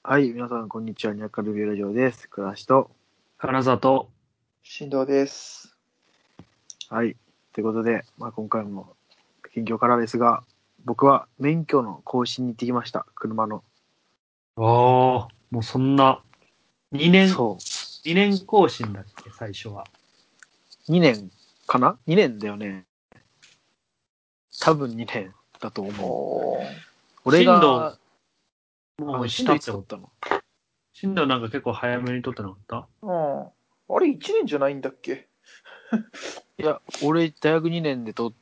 はい、皆さん、こんにちは。ニャッカルビューラジオです。暮らしと。 金里。 振動です。 はい。ということで、今回も近況からですが、僕は免許の更新に行ってきました。車の。 ああ、もうそんな、2年、 そ 2年更新だっけ、最初は。 う。2年かな？ 2 年だよね。多分2年だと思う。 おー。 俺が、 もうし進路いたってこと？ つ取ったの？ 進路なんか結構早めに取ってなかった？ うん。あれ、1年じゃないんだっけ？ いや、俺、大学2年で取って、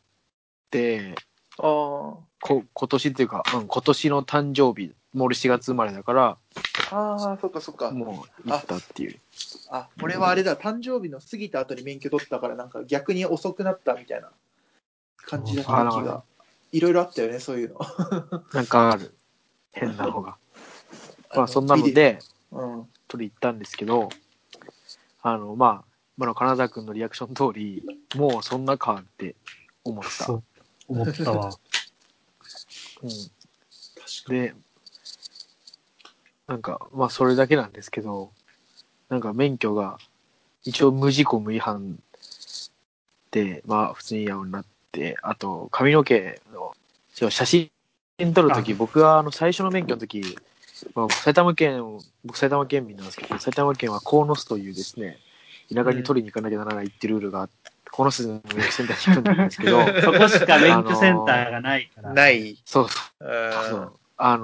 ああ。 今年っていうか、今年の誕生日、もう俺4月生まれだから、 ああ、そっかそっか。 もう行ったっていう。 俺はあれだ、誕生日の過ぎた後に免許取ったから、なんか逆に遅くなったみたいな感じだった気が。いろいろあったよね、そういうの。 なんかある。変なのが。そんなビデので、 オ。うん。 取り行ったんですけど、金沢君のリアクション通り、もうそんなかって思った。 そう、思ったわ。 うん、 確かに。 で、それだけなんですけど、免許が一応無事故無違反で、普通にやるようになって、あと髪の毛の写真撮るとき、僕は最初の免許のとき、僕埼玉県民なんですけど、埼玉県は鴻巣というですね、田舎に取りに行かなきゃならないっていうルールがあって、鴻巣の免許センターに行くんですけど、 そこしか免許センターがないから。 ない。 そうそう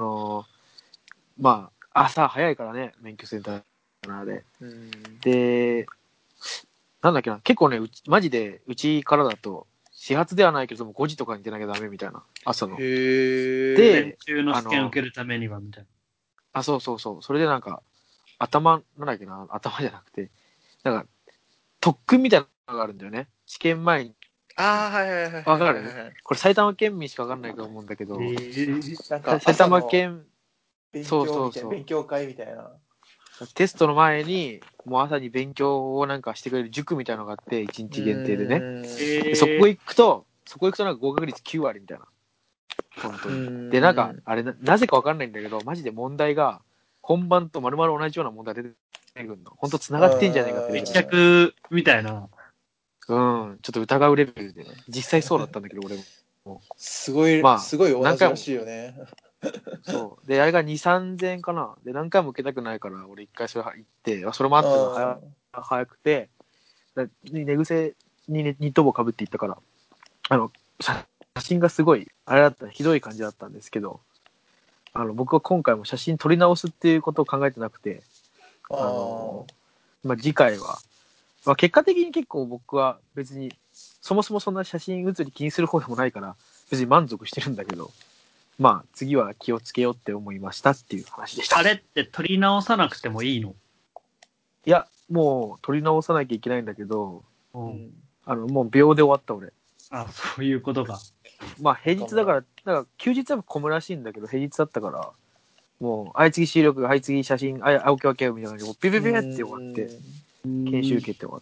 朝早いからね、免許センターなで。 うん。 で、なんだっけな、結構ね、マジで、うちからだと、始発ではないけど、5時とかに出なきゃダメみたいな、朝の。 へえ。 午前で、 中の試験受けるためには、みたいそうそうそう、それでなんだっけな、頭じゃなくて、なんか、特訓みたいなのがあるんだよね。試験前に。 ああ、はいはいはいはいわかる？ はいはい。 これ埼玉県民しかわかんないと思うんだけな。 ど、 なんか埼朝の玉県、 勉そう強みたいな、 そうそう。 勉強会みたいな。 テストの前に、もう朝に勉強をしてくれる塾みたいなのがあって、1 う日限定でね。 ーん。 でそこ行くと合格率9割みたいな。本当うに。で、 ーん。 あれなぜかわかんないんだけど、マジで問題が、本番と丸々同じような問題出てくるの。本当繋がってんじゃねえかってレベ一ルで。 着みたいな。 ちょっと疑うレベルでね。実際そうだったんだけど、俺も。 すごい、 まあ、 すごい同じら何回も、 しいよね。 そう。で、あれが2、3000円かな。で、何回も受けたくないから、俺一回それ行って、それもあったのが早くて、寝癖にニット帽かぶって行ったから、写真がすごい、あれだった、ひどい感じだったんですけど、僕は今回も写真撮り直すっていうことを考えてなくて、 あああ。 の、次回は、結果的に結構僕は別に、そもそもそんな写真写り気にする方でもないから、別に満足してるんだけど、次は気をつけようって思いましたっていう話でした。 あれって取り直さなくてもいいの？ いや、もう撮り直さなきゃいけないんだけど、 うん。 うん。 もう秒で終わった俺。 そういうことか。 平日だから、休日は混むらしいんだけど、平日だったから、もう、次視力、次写真、オッケーオッケーみたいな感じで、ピピピピって終わって、研修受けて終わった。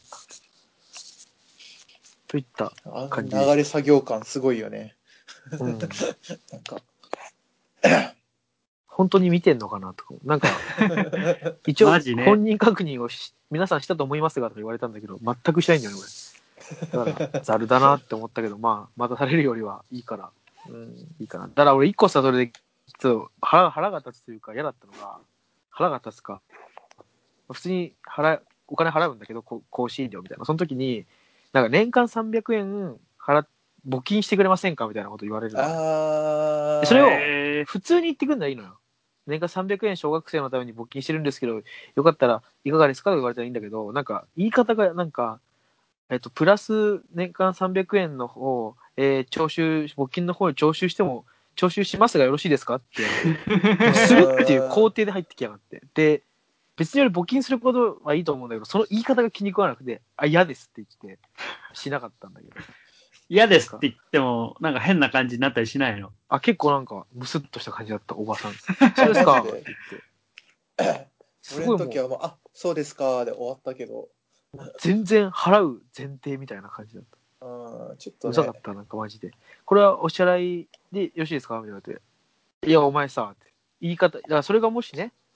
といった感じでし流れ作業感すごいよね。 た。うん。 なんか。 本当に見てんのかなとか。一応、 マジね。 本人確認を皆さんしたと思いますがとか言われたんだけど、全くしないんだよね、俺。だから、ざるだなって思ったけど、待たされるよりはいいから、いいかな。だから俺一個さ、それで、ちょっと腹が立つというか嫌だったのが、腹が立つか、普通にお金払うんだけど、更新料みたいな。その時に、年間300円募金してくれませんかみたいなこと言われるのね。でそれを普通に言ってくんのはいいのよ。年間300円小学生のために募金してるんですけど、よかったらいかがですかと言われたらいいんだけど、言い方がプラス年間300円の方、募金の方に徴収しますがよろしいですかって言われて、もうするっていう工程で入ってきやがって。で、別に俺募金することはいいと思うんだけど、その言い方が気に食わなくて、嫌ですって言って、しなかったんだけど。 嫌ですって言っても、なんか変な感じになったりしないの？ 結構ムスッとした感じだった、おばさん。そうですかって言って。す俺のごいも時はもう、そうですかで終わったけど。 全然払う前提みたいな感じだった。 ちょっとね。 うざかった、マジで。これはお支払いでよろしいですかみたいな言われて。いや、お前さ、って言い方、だからそれがもしね、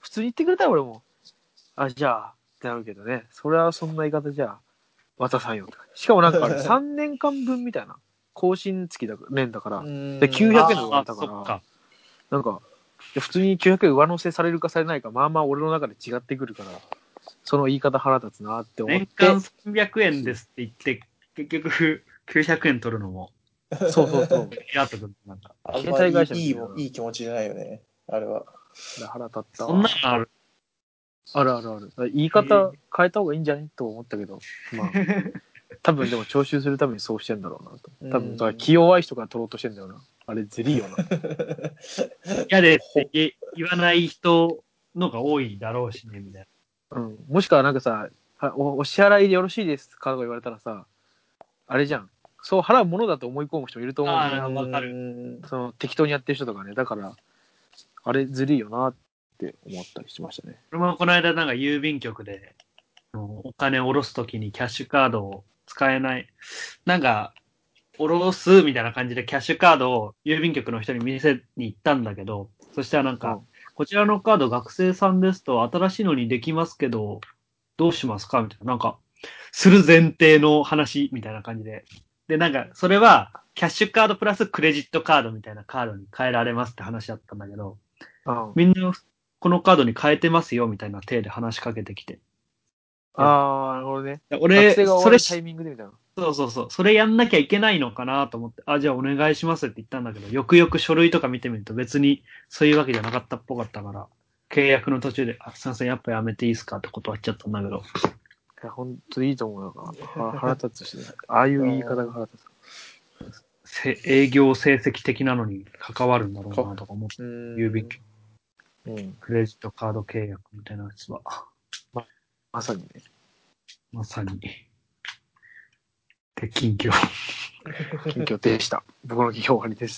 普通に言ってくれたら俺も、あ、じゃあ、ってなるけどね。それはそんな言い方じゃ、渡さんよって。しかもなんかあれ3年間分みたいな。更新付きだ年だから。で、900円で売われたから、なんか、普通に900円上乗せされるかされないか、まあまあ俺の中で違ってくるから、その言い方腹立つなって思って。 年間300円ですって言って、結局900円取るのも。 そうそうそう。 イラっとくる。なんか。 携帯会社いい気持ちじゃないよね。あれは。 腹立ったわ。 そんなのある。 あるあるある。言い方変えた方がいいんじゃないと思ったけど、まあ、多分でも徴収するためにそうしてんだろうなと。多分、だから気弱い人が取ろうとしてんだよな。あれずりーよな。 嫌でって言わない人のが多いだろうしね、みたいな。うん。もしくはなんかさ、お支払いでよろしいですかとか言われたらさ、あれじゃん。そう払うものだと思い込む人もいると思うんだよ。 ああ、わかる。 その適当にやってる人とかね。だから、あれずりーよなって思ったりしましたね。 俺もこの間なんか郵便局で、お金を下ろすときにキャッシュカードを使えない。なんか、下ろすみたいな感じでキャッシュカードを郵便局の人に見せに行ったんだけど、そしたらなんか、こちらのカード学生さんですと新しいのにできますけど、どうしますかみたいな。なんか、する前提の話みたいな感じで。で、なんか、それは、キャッシュカードプラスクレジットカードみたいなカードに変えられますって話だったんだけど、みんなこのカードに変えてますよみたいな体で話しかけてきて。 ああ、なるほどね。 俺、 学生が終わるタイミングでみたいな。 そうそうそう。それやんなきゃいけないのかなと思って、あ、じゃあお願いしますって言ったんだけど、よくよく書類とか見てみると別にそういうわけじゃなかったっぽかったから、契約の途中で、あ、すいません、やっぱやめていいですかって断っちゃったんだけど。 いや、ほんといいと思うよな。腹立つしね。ああいう言い方が腹立つ。 営業成績的なのに関わるんだろうなとか思って、郵便局、クレジットカード契約みたいなやつは。 まさにね。 まさに。で、近況。 近況でした。僕の近況終わりです。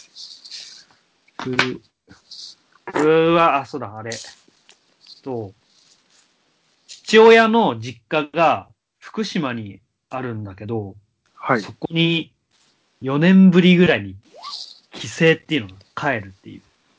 あ、そうだ、あれ。父親の実家が福島にあるんだけど、 はい。 そこに4年ぶりぐらいに帰省っていうのが帰るっていう。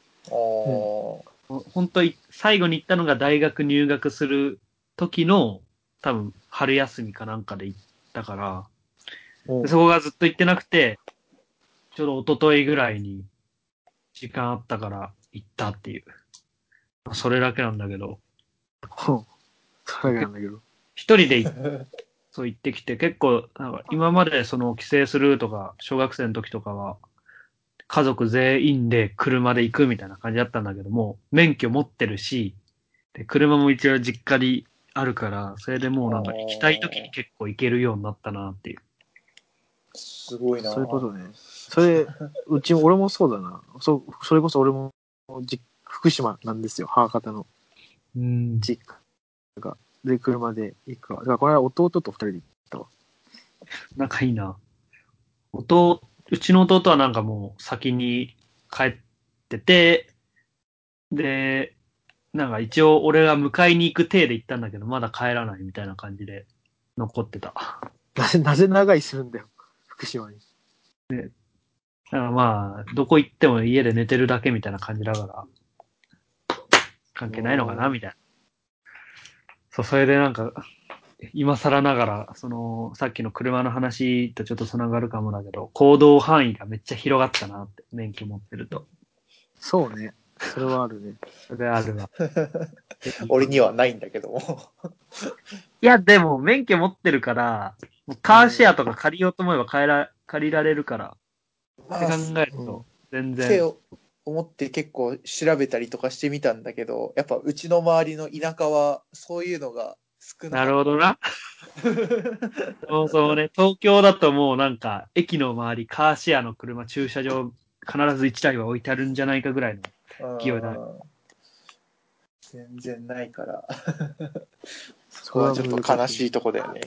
本当に最後に行ったのが大学入学する時の多分春休みかなんかで行ったから、そこがずっと行ってなくて、ちょうど一昨日ぐらいに時間あったから行ったっていう。それだけなんだけど。 それだけなんだけど。 一人でそう行ってきて、結構、なんか今までその帰省するとか、小学生の時とかは、家族全員で車で行くみたいな感じだったんだけども、免許持ってるし、で車も一応実家にあるから、それでもうなんか行きたい時に結構行けるようになったなっていう。 すごいな。 そういうことね。それ、俺もそうだな。それこそ俺も福島なんですよ。母方の実家が。で、車で行くわ。だからこれは弟と二人で行ったわ。 仲いいな。うちの弟はなんかもう先に帰ってて、で、なんか一応俺が迎えに行く体で行ったんだけど、まだ帰らないみたいな感じで残ってた。 なぜ長居するんだよ。福島に。 だからまあ、どこ行っても家で寝てるだけみたいな感じだから、関係ないのかなみたいな。そう、それでなんか、今更ながら、さっきの車の話とちょっと繋がるかもだけど、行動範囲がめっちゃ広がったなって、免許持ってると。 そうね。それはあるね。 それあるわ。 俺にはないんだけども。 いや、でも、免許持ってるから、カーシェアとか借りようと思えば借りられるから、って考えると、全然。 って思って結構調べたりとかしてみたんだけど、やっぱうちの周りの田舎はそういうのが少なかった。 なるほどな。そうそうね。東京だともうなんか、駅の周り、カーシェアの車、駐車場、必ず1台は置いてあるんじゃないかぐらいの勢いだ。 全然ないから。そこはちょっと悲しいとこだよね。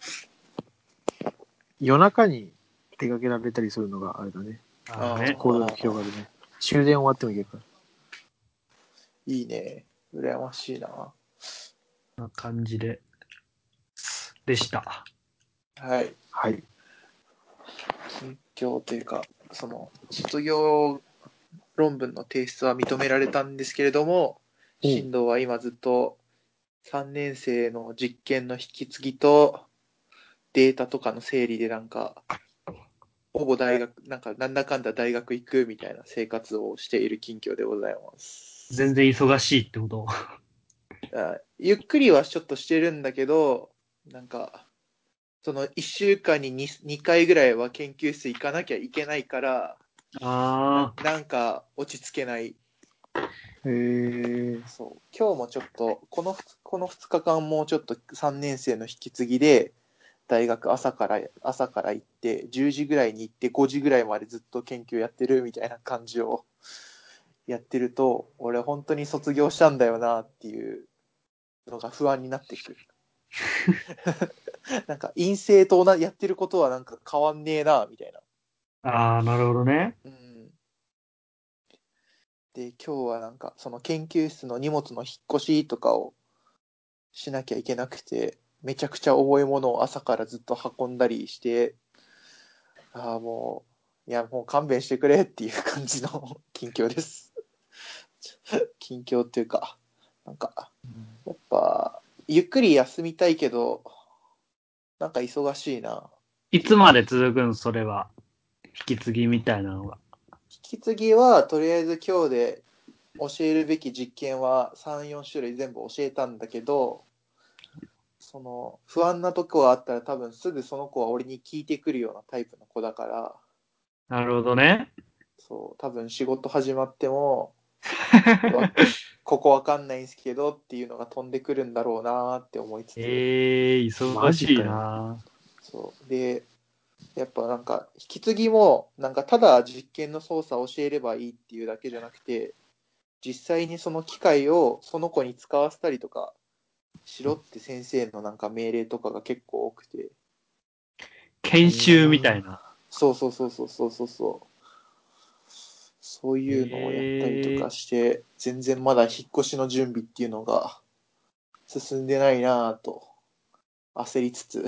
夜中に出かけられたりするのがあれだね。行動が広がるね。終電終わってもいけるから。 いいね。羨ましいな。 な感じでした。 はい。 はい。 近況というか、卒業論文の提出は認められたんですけれども、 進藤は今ずっと3年生の実験の引き継ぎとデータとかの整理でなんか、ほぼ大学、なんだかんだ大学行くみたいな生活をしている近況でございます。 全然忙しいってこと？ ゆっくりはちょっとしてるんだけど、なんか、その1週間に 2回ぐらいは研究室行かなきゃいけないから、なんか落ち着けない。そう。今日もちょっと、この2日間もちょっと3年生の引き継ぎで、大学朝から行って、10時ぐらいに行って、5時ぐらいまでずっと研究やってるみたいな感じをやってると、俺本当に卒業したんだよなっていうのが不安になってくる。なんか陰性とやってることはなんか変わんねえなみたいな。 なるほどね。 で、今日はなんかその研究室の荷物の引っ越しとかをしなきゃいけなくて、めちゃくちゃ重いものを朝からずっと運んだりして、もう勘弁してくれっていう感じの近況です。近況っていうか、なんか、やっぱ、ゆっくり休みたいけど、なんか忙しいな。 いつまで続くん、それは。引き継ぎみたいなのが。 引き継ぎは、とりあえず今日で教えるべき実験は3、4種類全部教えたんだけど、その不安なとこがあったら多分すぐその子は俺に聞いてくるようなタイプの子だから、 なるほどね。 そう、多分仕事始まっても、ここわかんないんですけどっていうのが飛んでくるんだろうなって思いつつ、 忙しいな。 そうで、やっぱなんか引き継ぎもなんかただ実験の操作を教えればいいっていうだけじゃなくて、実際にその機械をその子に使わせたりとかしろって先生のなんか命令とかが結構多くて、 研修みたいな。 そうそうそうそうそうそうそう。そういうのをやったりとかして、全然まだ引っ越しの準備っていうのが進んでないなぁと焦りつつ、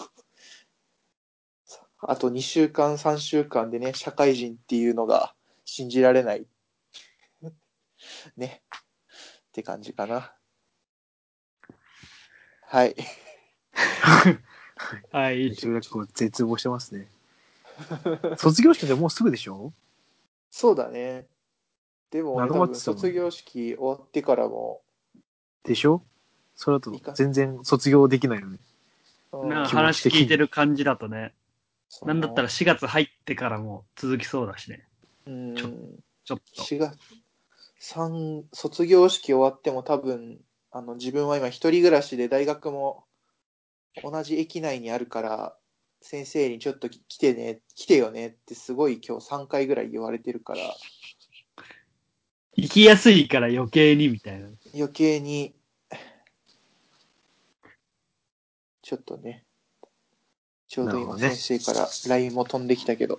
あと2週間、3週間でね、社会人っていうのが信じられない。ね。って感じかな。はい。 はい。 中学校絶望してますね。卒業式でもうすぐでしょ？ そうだね。でも俺長多分松さんも卒業式終わってからも、 でしょ？それだと全然卒業できないよね。気持ち話聞いて的に。 る感じだとね。なんだったらそ 4月入ってからも続きそうだしね。 の、 ちょっと。 4月、卒業式終わっても多分、自分は今一人暮らしで大学も同じ駅内にあるから、先生にちょっと来てよねってすごい今日3回ぐらい言われてるから、 行きやすいから余計にみたいな。 余計に、ちょっとね、ちょうど今先生から LINE も飛んできたけど、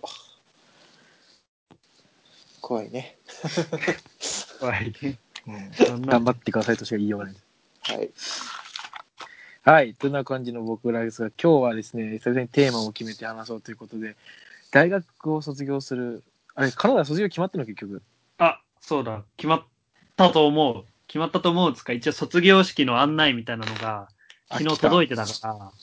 怖いね。 怖いね。 頑張ってくださいとしか言いようがないです。 はい。 はい。というような感じの僕らですが、今日はですね、それにテーマを決めて話そうということで、大学を卒業する、あれ、カナダ卒業決まったの結局。 そうだ。決まったと思う。決まったと思うつか、一応卒業式の案内みたいなのが、昨日届いてたから、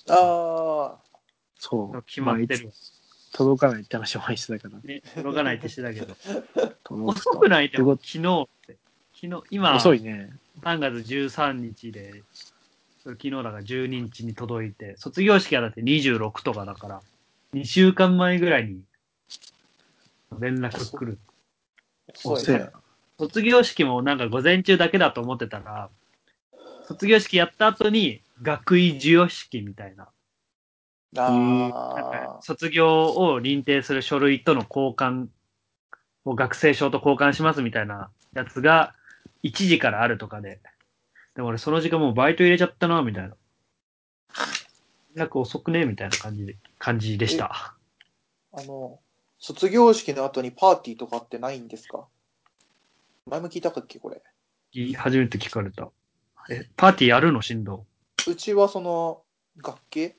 そう。 決まってる。 届かないって話を前にしてたから。 ね、届かないってしてたけど。 届くと。 遅くないでも、今、 遅いね。 3月13日で、昨日だから12日に届いて、卒業式はだって26とかだから、2週間前ぐらいに連絡来る。 遅いね。 卒業式もなんか午前中だけだと思ってたら、卒業式やった後に学位授与式みたいな。なんか卒業を認定する書類との交換を学生証と交換しますみたいなやつが1時からあるとかで。でも俺その時間もうバイト入れちゃったな、みたいな。連絡遅くねみたいな感じでした。 卒業式の後にパーティーとかってないんですか？前も聞いたかっけ、これ。 初めて聞かれた。パーティーやるの振動？ うちはその、学系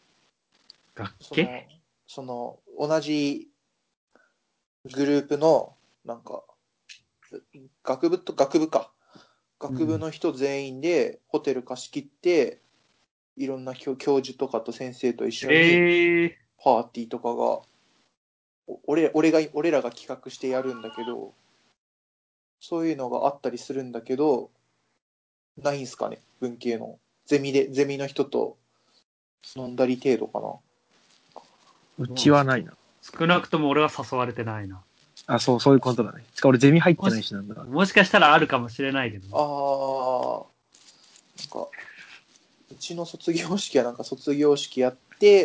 同じグループの、なんか、学部か。 学部の人全員でホテル貸し切って、いろんな教授とかと先生と一緒にパーティーとかが、俺らが企画してやるんだけど、そういうのがあったりするんだけど、ないんすかね、文系の。ゼミの人と飲んだり程度かな。 うちはないな。 少なくとも俺は誘われてないな。 あ、そういうことだね。しかも俺ゼミ入ってないしなんだから。 もしかしたらあるかもしれないけど。 なんか、うちの卒業式はなんか卒業式やって、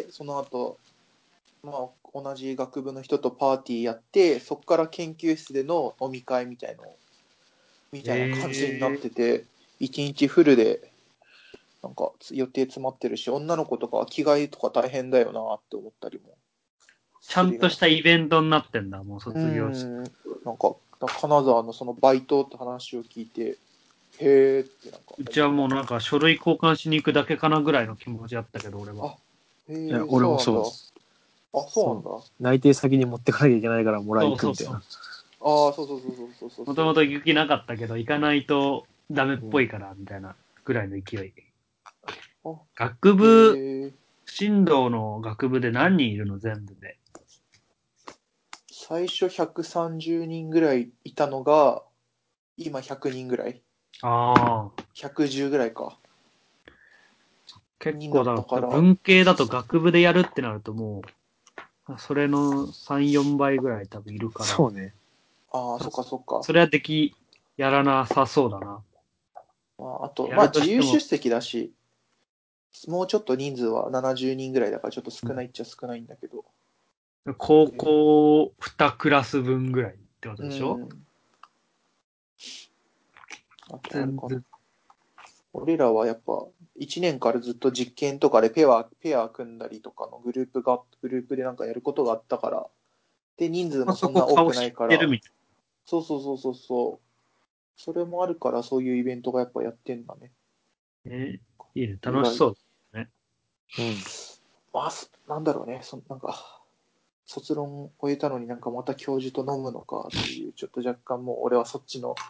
その後、まあ、同じ学部の人とパーティーやって、そこから研究室での飲み会みたいな感じになってて、一日フルで、なんか予定詰まってるし、女の子とかは着替えとか大変だよなって思ったりも。 ちゃんとしたイベントになってんだ、もう卒業式。 なんか、金沢のそのバイトって話を聞いて、へーってなんか。 うちはもうなんか書類交換しに行くだけかなぐらいの気持ちだったけど、俺は。 いや、俺もそう。 そうなんだ。 内定先に持ってかなきゃいけないからもらいに行くみたいな。 そう。 もともと行きなかったけど、行かないとダメっぽいから、みたいなぐらいの勢い。学部、進藤の学部で何人いるの全部で。 最初130人ぐらいいたのが、今100人ぐらい。 ああ。 110ぐらいか。 結構だから、文系だと学部でやるってなるともう、それの3、4倍ぐらい多分いるから。 そうね。 ああ、そっか。 それはやらなさそうだな。 あと、まあ自由出席だし、もうちょっと人数は70人ぐらいだからちょっと少ないっちゃ少ないんだけど。 高校2クラス分ぐらいってことでしょ？ あとあれかな。俺らはやっぱ1年からずっと実験とかでペア組んだりとかのグループでなんかやることがあったから、で、人数もそんな多くないから、そう。それもあるから、そういうイベントがやっぱやってんだね。 いいね。楽しそうね。 まあ、なんだろうね。なんか、卒論を終えたのになんかまた教授と飲むのかっていう、ちょっと若干もう俺はそっちの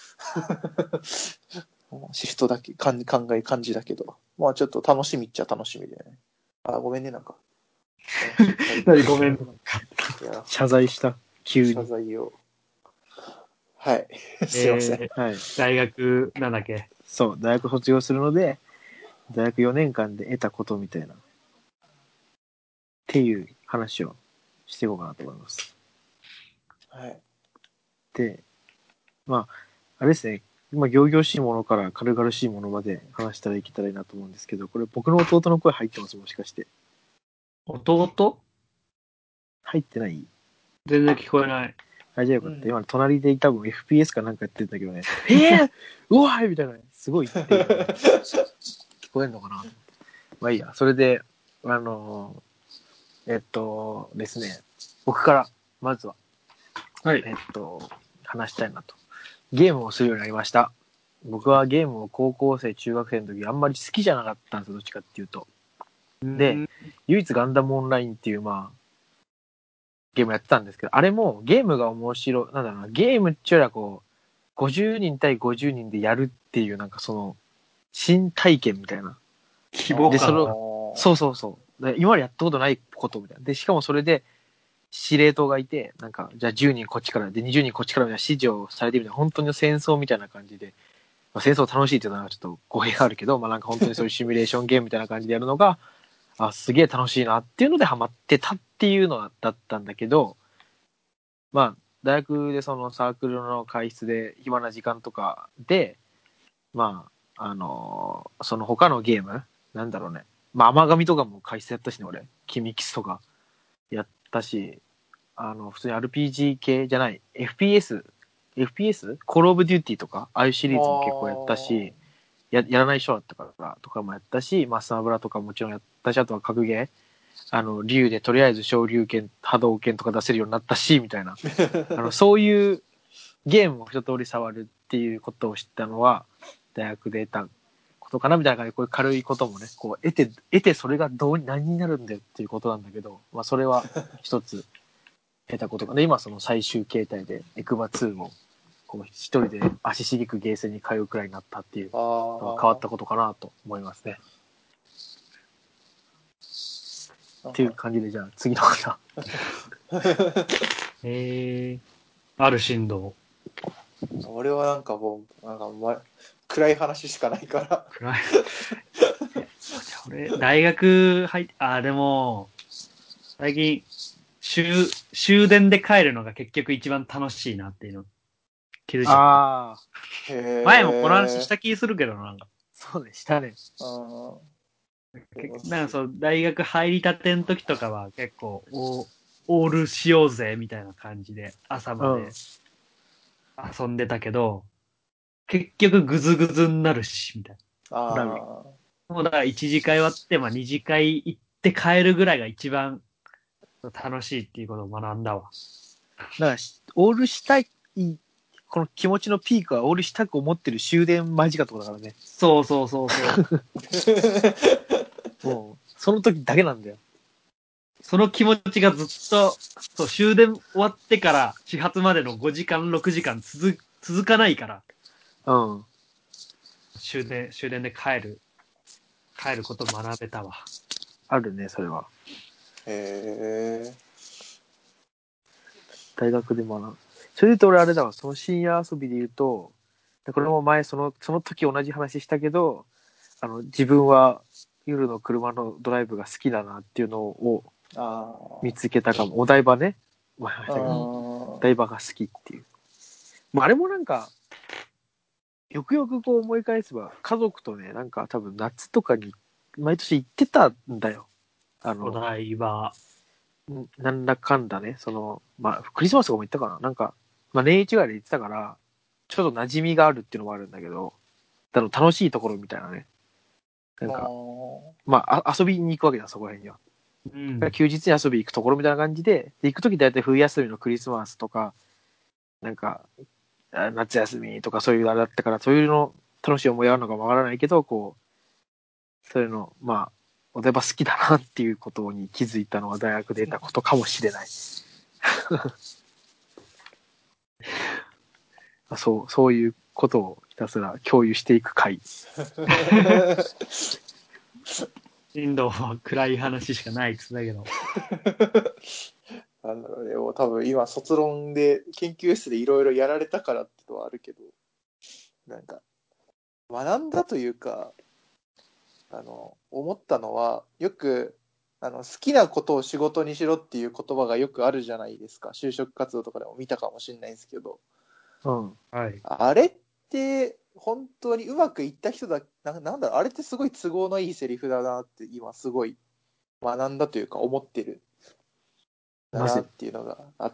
シフトだけ感じだけど、まあちょっと楽しみっちゃ楽しみでね。ごめんね、なんか。 ごめん。 謝罪した。急に。 謝罪を。はい。すいません。 はい。 大学、なんだっけ。 そう、大学卒業するので、大学4年間で得たことみたいな、っていう話をしていこうかなと思います。 はい。 で、まあ、あれですね、今、仰々しいものから軽々しいものまで話したらいけたらいいなと思うんですけど、これ僕の弟の声入ってます？もしかして。 弟？ 入ってない？ 全然聞こえない。 あ、じゃあよかった。今、隣で多分 FPS かなんかやってんだけどね、うわーみたいな、すごい言ってる。聞こえんのかな？まあいいや。それで、ですね、僕から、まずは、 はい。 話したいなと。ゲームをするようになりました。僕はゲームを高校生、中学生の時あんまり好きじゃなかったんですよ、どっちかっていうと。で、唯一ガンダムオンラインっていう、まあ、ゲームやってたんですけど、あれもゲームが面白い、なんだろうな、ゲームっていうよりはこう、50人対50人でやるっていう、なんかその、新体験みたいな。 希望で、そ感。 そう。今までやったことないことみたいな。で、しかもそれで、司令塔がいて、なんか、じゃあ10人こっちから、で、20人こっちからみたいな指示をされてみたいな、本当に戦争みたいな感じで、まあ、戦争楽しいっていうのはちょっと語弊があるけど、まあなんか本当にそういうシミュレーションゲームみたいな感じでやるのが、すげえ楽しいなっていうのでハマってたっていうのだったんだけど、まあ、大学でそのサークルの会室で暇な時間とかで、まあ、その他のゲームなんだろうね。まあ、甘神とかも会室やったしね、俺。キミキスとかやったし、普通に RPG 系じゃない、FPS? コールオブデューティーとか、ああいうシリーズも結構やったし、やらない人だったからとかもやったし、まあ、スマブラとかもちろんやったし、あとは格ゲー、竜でとりあえず昇竜拳、波動拳とか出せるようになったし、みたいな。そういうゲームを一通り触るっていうことを知ったのは、大学で得たことかなみたいな感じで、こういう軽いこともね、こう得てそれが何になるんだよっていうことなんだけど、まあそれは一つ得たことかな。今その最終形態でエクバ2をこう一人で足しげくゲーセンに通うくらいになったっていうあのが変わったことかなと思いますね。っていう感じで、じゃあ次の方。 ある振動。 俺はなんかもう、なんか暗い話しかないから。 暗い。俺、大学入って、でも、最近、終電で帰るのが結局一番楽しいなっていうの気づいちゃった。 ああ。 へー。 前もこの話した気するけどな、なんか。 そうね、したね。 なんかそう、大学入りたての時とかは結構、オールしようぜ、みたいな感じで、朝まで遊んでたけど、結局グズグズになるし、みたいあな。 あ。 もうだから一次会終わって、まあ二次会行って帰るぐらいが一番楽しいっていうことを学んだわ。 だから、オールしたい、この気持ちのピークはオールしたく思ってる終電間近ってことだからね。 そうそうそうそう。 もう、その時だけなんだよ。 その気持ちがずっと、そう、終電終わってから始発までの5時間、6時間続かないから、 うん。 終電で帰ることを学べたわ。 あるね、それは。 へえ。 大学で学ぶ。それで言うと俺あれだわ、その深夜遊びで言うと、これも前その時同じ話したけど、自分は夜の車のドライブが好きだなっていうのを見つけたかも。お台場ね。前話したけど、お台場が好きっていう。まあ、あれもなんか、よくよくこう思い返せば、家族とね、なんか多分夏とかに毎年行ってたんだよ。 お台場。 なんだかんだね、まあ、クリスマスとかも行ったかな。なんか、まあ年一ぐらいで行ってたから、ちょっと馴染みがあるっていうのもあるんだけど、楽しいところみたいなね。なんか、まあ、遊びに行くわけだ、そこら辺には。 うん。 休日に遊び行くところみたいな感じで、行くとき大体冬休みのクリスマスとか、なんか、夏休みとかそういうあれだったから、そういうの楽しい思いあるのかもわからないけど、こう、そういうの、まあ、お台場好きだなっていうことに気づいたのは大学で得たことかもしれない。そういうことをひたすら共有していく回。 インドは暗い話しかないっつだけど。 なんだろうね、もう多分今卒論で研究室でいろいろやられたからってのはあるけど、なんか学んだというか、思ったのは、よく好きなことを仕事にしろっていう言葉がよくあるじゃないですか。就職活動とかでも見たかもしれないんですけど、 うん。 はい。 あれって本当にうまくいった人なんだろう、あれってすごい都合のいいセリフだなって今すごい学んだというか思ってるだなっていうのがあって、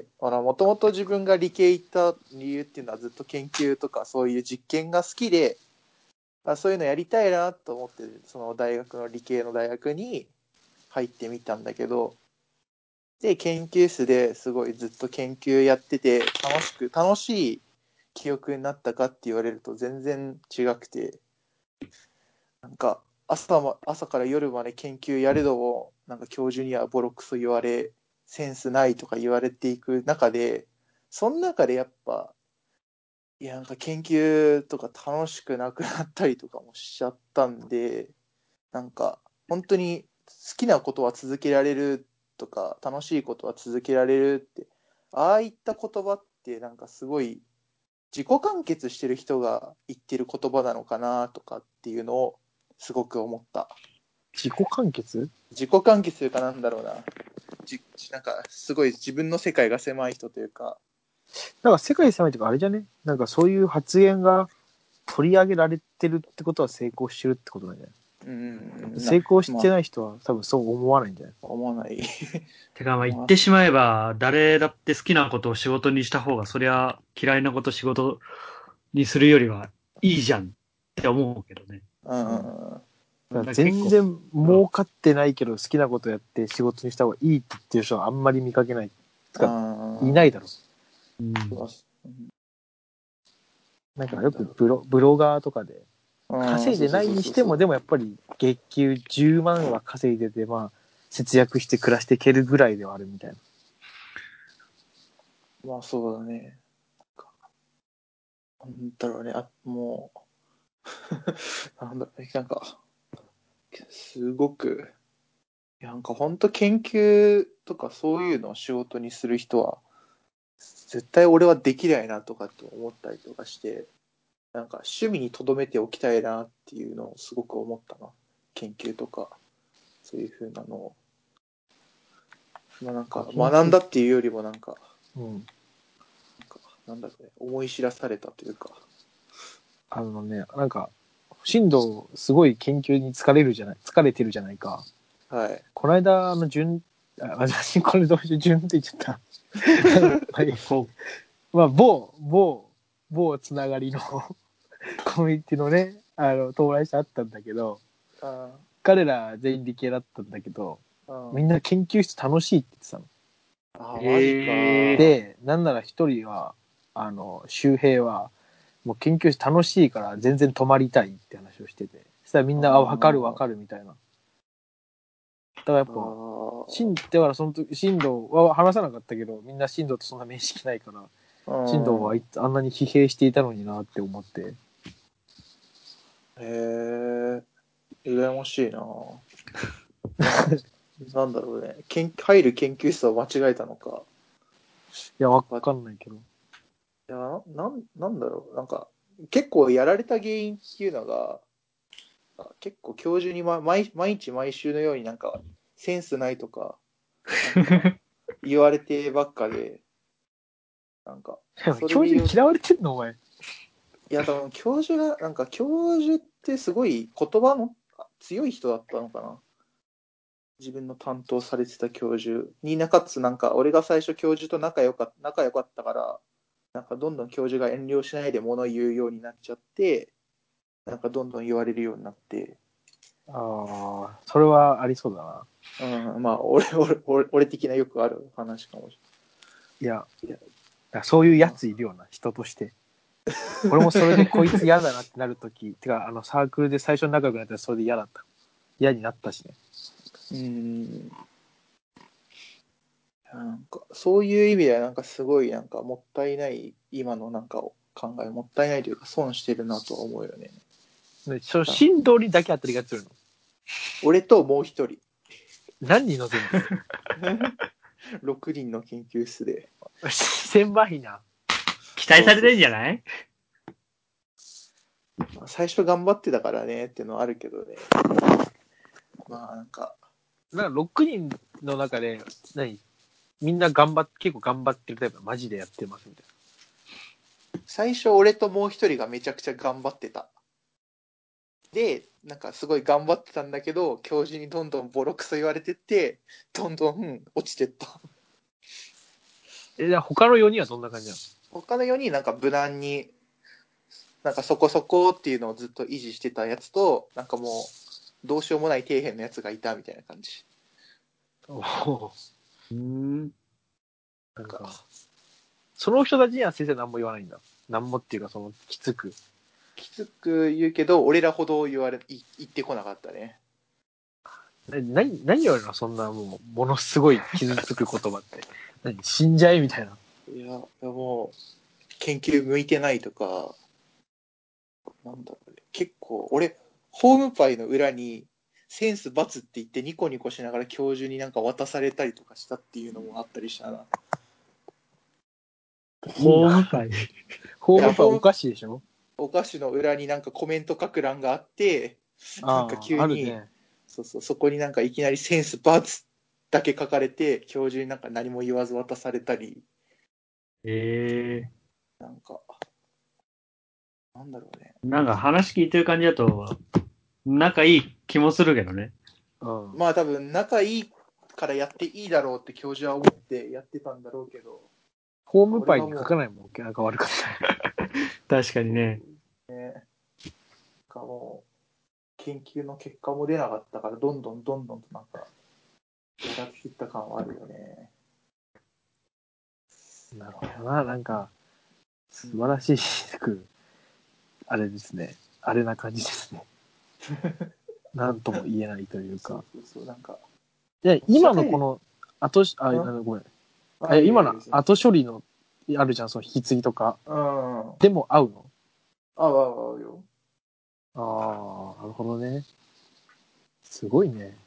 もともと自分が理系行った理由っていうのはずっと研究とかそういう実験が好きで、そういうのやりたいなと思って、その大学の理系の大学に入ってみたんだけど、で、研究室ですごいずっと研究やってて、楽しい記憶になったかって言われると全然違くて、なんか朝から夜まで研究やれども、なんか教授にはボロクソ言われ、センスないとか言われていく中で、その中でやっぱ、いや、なんか研究とか楽しくなくなったりとかもしちゃったんで、なんか本当に好きなことは続けられるとか、楽しいことは続けられるって、ああいった言葉ってなんかすごい自己完結してる人が言ってる言葉なのかなとかっていうのをすごく思った。 自己完結？ 自己完結というかなんだろうな。なんかすごい自分の世界が狭い人というか。 なんか世界狭いとかあれじゃね？なんかそういう発言が取り上げられてるってことは成功してるってことなんじゃない？成功してない人は多分そう思わないんじゃない？ 思わない。 てかまあ言ってしまえば、誰だって好きなことを仕事にした方が、そりゃ嫌いなこと仕事にするよりはいいじゃんって思うけどね。 だから全然儲かってないけど好きなことやって仕事にした方がいいって言ってる人はあんまり見かけない。いないだろう。なんかよくブロガーとかで稼いでないにしてもでもやっぱり月給10万は稼いでてまあ節約して暮らしていけるぐらいではあるみたいな。 まあそうだね。 なんだろうね、もう、なんだろうね、なんか、すごく、なんか本当研究とかそういうのを仕事にする人は、絶対俺はできないなとかって思ったりとかして、なんか趣味に留めておきたいなっていうのをすごく思ったな。研究とか、そういう風なのを。まあなんか学んだっていうよりもなんか、なんだろうね、思い知らされたというか。 なんか、進藤すごい研究に疲れてるじゃないか。 はい。 この間、私、これどうして順って言っちゃった。まあ、某つながりのコミュニティのね、友達と会ったんだけど、彼ら全員理系だったんだけど、みんな研究室楽しいって言ってたの。 マジか。 で、なんなら一人は、周平は、もう研究室楽しいから全然泊まりたいって話をしてて、そしたらみんな、わかるみたいな。だからやっぱ、だからその時、進藤は話さなかったけど、みんな進藤とそんな面識ないから、進藤はあんなに疲弊していたのになって思って。 へえ、羨ましいな。なんだろうね。入る研究室を間違えたのか。 いや、わかんないけど。 いや、なんだろう。なんか、結構やられた原因っていうのが、結構教授に、毎日毎週のようになんか、センスないとか、なんか言われてばっかで、なんか、 教授に嫌われてんのお前。 いや、多分教授ってすごい言葉の強い人だったのかな。自分の担当されてた教授に、かつなんか、俺が最初教授と仲良かったから、なんかどんどん教授が遠慮しないで物言うようになっちゃって、なんかどんどん言われるようになって。 ああ、それはありそうだな。まあ、俺的なよくある話かもしれない。いや、そういうやついるような、人として。俺もそれでこいつ嫌だなってなるとき、てか、サークルで最初に仲良くなったらそれで嫌になったしね。 なんか、そういう意味ではなんかすごいなんかもったいない、今のなんかを考え、もったいないというか損してるなとは思うよね。 振動にだけ当たりが強いの。 俺ともう一人。 何人乗せるの6人の研究室で。 狭いな。 期待されてんじゃない？ 最初頑張ってたからねっていうのはあるけどね。まあなんか。 6人の中で、みんな結構頑張ってるタイプ、マジでやってますみたいな。最初俺ともう一人がめちゃくちゃ頑張ってた。で、なんかすごい頑張ってたんだけど、教授にどんどんボロクソ言われてって、どんどん落ちてった。 じゃあ他の4人はどんな感じなの？ 他の4人なんか無難に、なんかそこそこっていうのをずっと維持してたやつと、なんかもう、どうしようもない底辺のやつがいたみたいな感じ。 おお。 なんか、 その人たちには先生何も言わないんだ。何もっていうか、きつく言うけど、俺らほど言ってこなかったね。 何言われるの？そんなものすごい傷つく言葉って。死んじゃえみたいな。 いや、もう、研究向いてないとか、なんだろうね。結構、俺、ホームパイの裏に、センス×って言ってニコニコしながら教授になんか渡されたりとかしたっていうのもあったりしたな。 ホームパイ。 ホームパイお菓子でしょ？ お菓子の裏になんかコメント書く欄があって、なんか急に、 ね、 そこになんかいきなりセンス×だけ書かれて、教授になんか何も言わず渡されたり。なんか、なんだろうね。 なんか話聞いてる感じだと、仲いい気もするけどね。 まあ多分仲いいからやっていいだろうって教授は思ってやってたんだろうけど。 ホームパイに書かないもん、なんか悪かった。 確かにね。 なんかもう、研究の結果も出なかったから、どんどんとなんか、やらせていった感はあるよね。 なるほどな、なんか、素晴らしいあれですね。あれな感じですね。なんとも言えないというか。 なんか。 今のこのごめん。今の後処理のあるじゃん、その引き継ぎとか。でも合うの？ ああ、よ。 ああ、なるほどね。すごいね。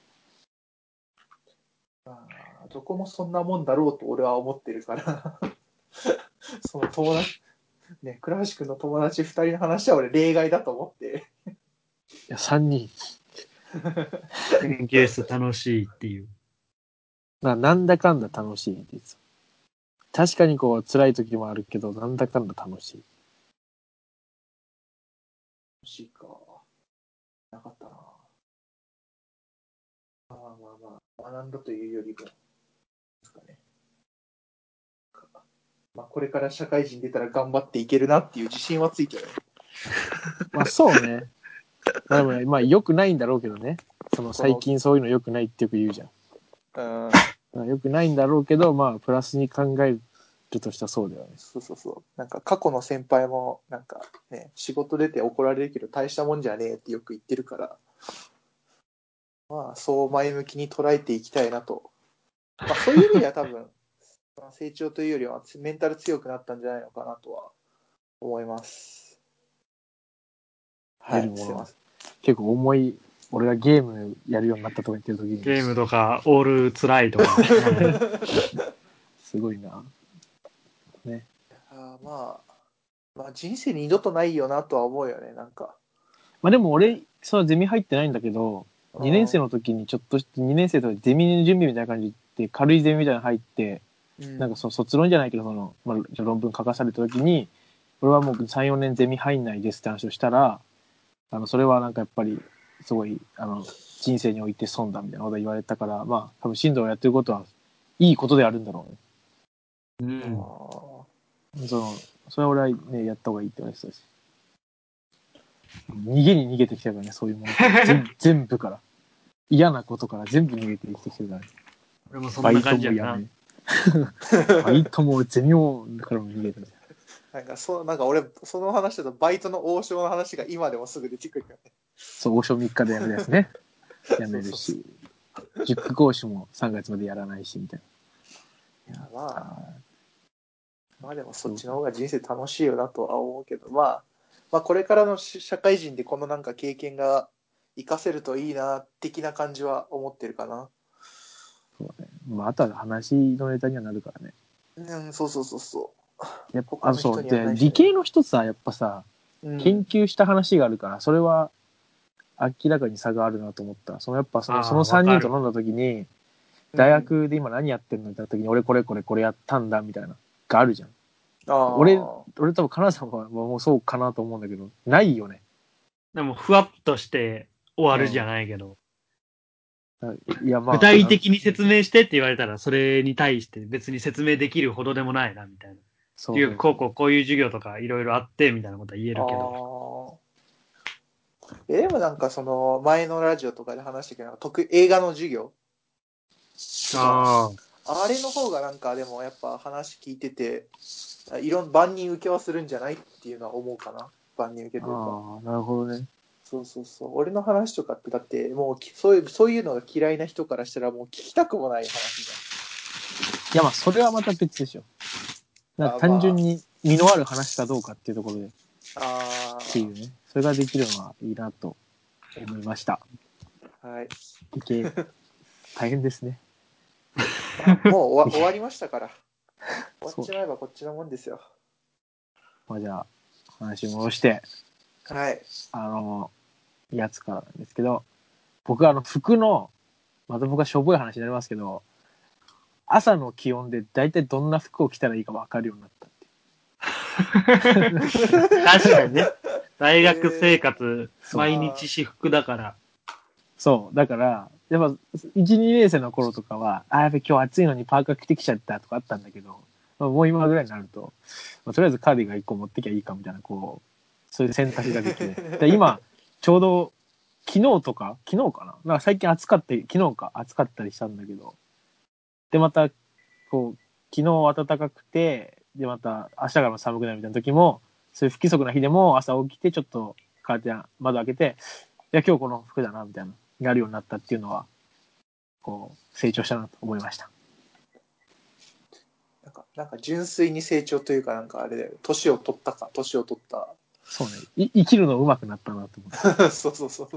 どこもそんなもんだろうと俺は思ってるからその友達、ね、倉橋くんの友達2人の話は俺例外だと思って。 いや、3人。 研究室楽しいっていう。 なんだかんだ楽しいです。確かにこう辛い時もあるけど、なんだかんだ楽しい。 欲しいか。なかったな。学んだというよりも、ですかね。まあ、これから社会人出たら頑張っていけるなっていう自信はついてる。 まあそうね。まあでもね、まあ良くないんだろうけどね。その最近そういうの良くないってよく言うじゃん。まあ良くないんだろうけど、まあプラスに考えるとしたらそうだよね。 そう。なんか過去の先輩も、なんかね、仕事出て怒られるけど大したもんじゃねえってよく言ってるから、まあそう前向きに捉えていきたいなと。まあそういう意味では多分、成長というよりはメンタル強くなったんじゃないのかなとは思います。はい、すいません。 結構俺がゲームやるようになったとか言ってる時に。 ゲームとか、オールつらいとか。 すごいな。ね。 まあ人生に二度とないよなとは思うよね、なんか。 まあでも俺、そのゼミ入ってないんだけど、2年生の時にちょっとして2年生とかゼミの準備みたいな感じで軽いゼミみたいなの入って、なんかその卒論じゃないけど、まあ、論文書かされた時に、俺はもう3、4年ゼミ入んないですって話をしたら、それはなんかやっぱり、すごい、人生において損だみたいなこと言われたから、まあ、多分進藤がやってることは、いいことであるんだろうね。それは俺はね、やった方がいいって言われてたし。逃げてきたからね、そういうもの全部から。嫌なことから全部逃げて生きてきてるからね。 俺もそんな感じやな。 バイトもゼミもからも逃げてる。 なんか俺、その話だとバイトの王将の話が今でもすぐ出てくるよね。 そう、王将3日で辞めるやつね。辞めるし、塾講師も3月までやらないし、みたいな。 いや、まあでもそっちの方が人生楽しいよなとは思うけど、まあこれからの社会人でこのなんか経験が活かせるといいな、的な感じは思ってるかな。 そうね。まあ、あとは話のネタにはなるからね。 そう。 やっぱ、 他の人にはで、 ないしね。 理系の人さ、やっぱさ、研究した話があるから、それは明らかに差があるなと思った。やっぱその3人と飲んだ時に、大学で今何やってんのって言った時に、俺これやったんだ、みたいな、があるじゃん。俺多分金さんはもうそうかなと思うんだけど、ないよね。 でも、ふわっとして終わるじゃないけど。 いや、まあ。 具体的に説明してって言われたら、それに対して別に説明できるほどでもないな、みたいな。こういう授業とかいろいろあって、みたいなことは言えるけど。 でもなんかその前のラジオとかで話したけど、映画の授業あれの方がなんかでもやっぱ話聞いてて、万人受けはするんじゃないっていうのは思うかな。万人受けというか。 ああ、なるほどね。 そう。俺の話とかってだってもうそういうのが嫌いな人からしたらもう聞きたくもない話じゃん。 いやまあそれはまた別でしょ。単純に身のある話かどうかっていうところで。っていうね。それができるのはいいなと思いました。 はい。 大変ですね。 もう終わりましたから。終わっちまえばこっちのもんですよ。 まあじゃあ、話戻して。 はい。 やつからなんですけど、僕服の、また僕はしょぼい話になりますけど、朝の気温で大体どんな服を着たらいいか分かるようになったっていう。 確かにね。大学生活、毎日私服だから。 そう。だから、やっぱ、1、2年生の頃とかは、やっぱ今日暑いのにパーカー着てきちゃったとかあったんだけど、もう今ぐらいになると、とりあえずカーディガン1個持ってきゃいいかみたいな、そういう選択肢ができて。で今、ちょうど、昨日かな最近暑かった、昨日か暑かったりしたんだけど、で、また、昨日暖かくて、で、また明日からも寒くなるみたいな時も、そういう不規則な日でも朝起きてちょっとカーテン、窓開けて、いや、今日この服だな、みたいな、やるようになったっていうのは、成長したなと思いました。 なんか純粋に成長というか、なんかあれだよ、年を取った。 そうね。生きるの上手くなったなと思って。 そうそうそう。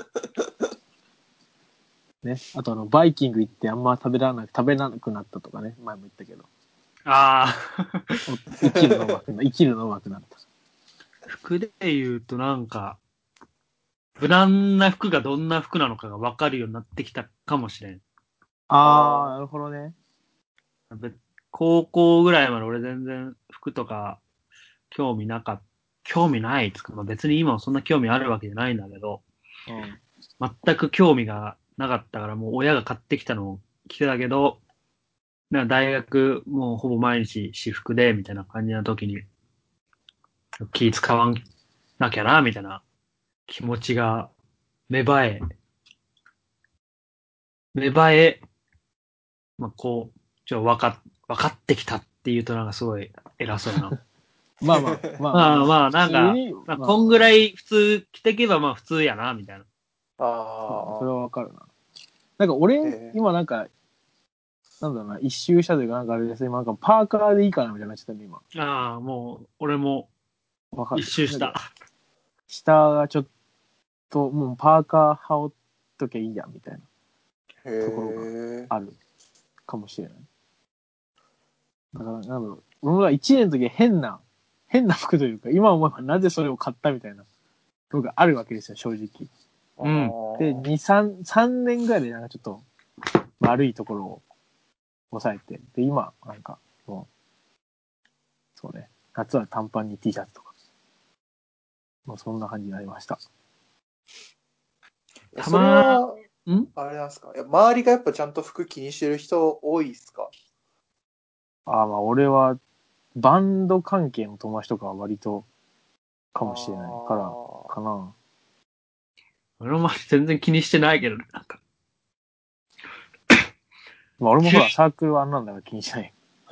ね。あとバイキング行ってあんま食べらなくなったとかね。前も言ったけど。 ああ。 生きるの上手くなった。 服で言うとなんか、無難な服がどんな服なのかが分かるようになってきたかもしれん。 あー、なるほどね。 高校ぐらいまで俺全然服とか興味ないつか、まあ、別に今もそんな興味あるわけじゃないんだけど、 うん。 全く興味がなかったからもう親が買ってきたのを着てたけど、なんか大学もうほぼ毎日私服でみたいな感じな時に気使わなきゃなみたいな気持ちが芽生え、芽生え、まあ、こう、分かってきたっていうとなんかすごい偉そうな。 まあまあ、まあまあ、 まあまあ、 普なんか、 通に、 まあ、 まあ、 こんぐらい普通着てけばまあ普通やな、みたいな。 そうね、それあはわかるな。なんか俺、 え今なんか、なんだろうな、一周したというか、なんかあれですね、今なんかパーカーでいいかなみたいになっちゃったんで、今。 ああ、もう、俺も一わかる。 周した。 なんか下がちょっと、もうパーカー羽織っときゃいいや、みたいなへところがえ。 あるかもしれない。だから、なんだろう、俺が1年の時は変な服というか、今思えばなぜそれを買ったみたいなのがあるわけですよ、正直。 うん。 で、2、3年ぐらいでなんかちょっと悪いところを抑えて、で、今、なんか、もう、そうね、夏は短パンに T シャツとか、もうそんな感じになりました。 それたま、 は、 んあれなんですか？いや、周りがやっぱちゃんと服気にしてる人多いですか？ ああ、まあ俺は、バンド関係の友達とかは割とあかもしれないから、 ーかな。 俺の周り全然気にしてないけどね、なんか。 まあ俺もほら、サークルはあんなんだから気にしない。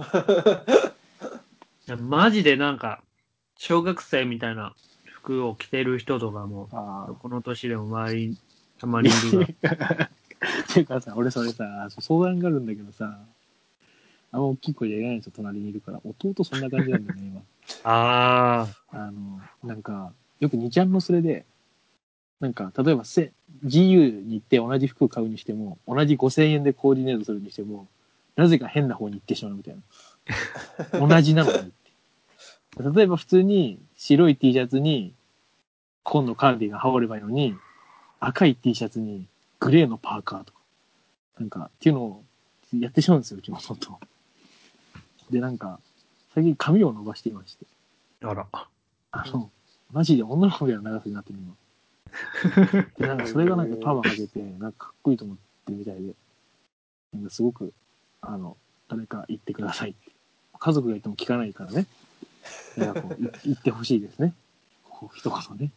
マジでなんか、小学生みたいな服を着てる人とかも、 あこの年でも周りにたまあ。 にいるが。 っていうかさ、俺それさ、相談があるんだけどさ、あんま大きい声じゃ言えないんですよ、隣にいるから。弟そんな感じなんだよね、今。 あなんか、よく2ちゃんのそれで、なんか、例えばGU に行って同じ服を買うにしても、同じ5000円でコーディネートするにしても、なぜか変な方に行ってしまうみたいな。同じなのにって。例えば普通に白い T シャツに紺のカーディガン羽織ればいいのに、赤い T シャツにグレーのパーカーとか、なんか、っていうのをやってしまうんですよ、うちの弟。で、なんか、最近髪を伸ばしていまして。 あ。あら。 マジで女の子みたいな長さになってる今。で、なんかそれがなんかパワーかけて、なんかかっこいいと思ってるみたいで、なんかすごく、誰か言ってくださいって。家族が言っても聞かないからね。なんかこう、言ってほしいですね。こう、一言ね。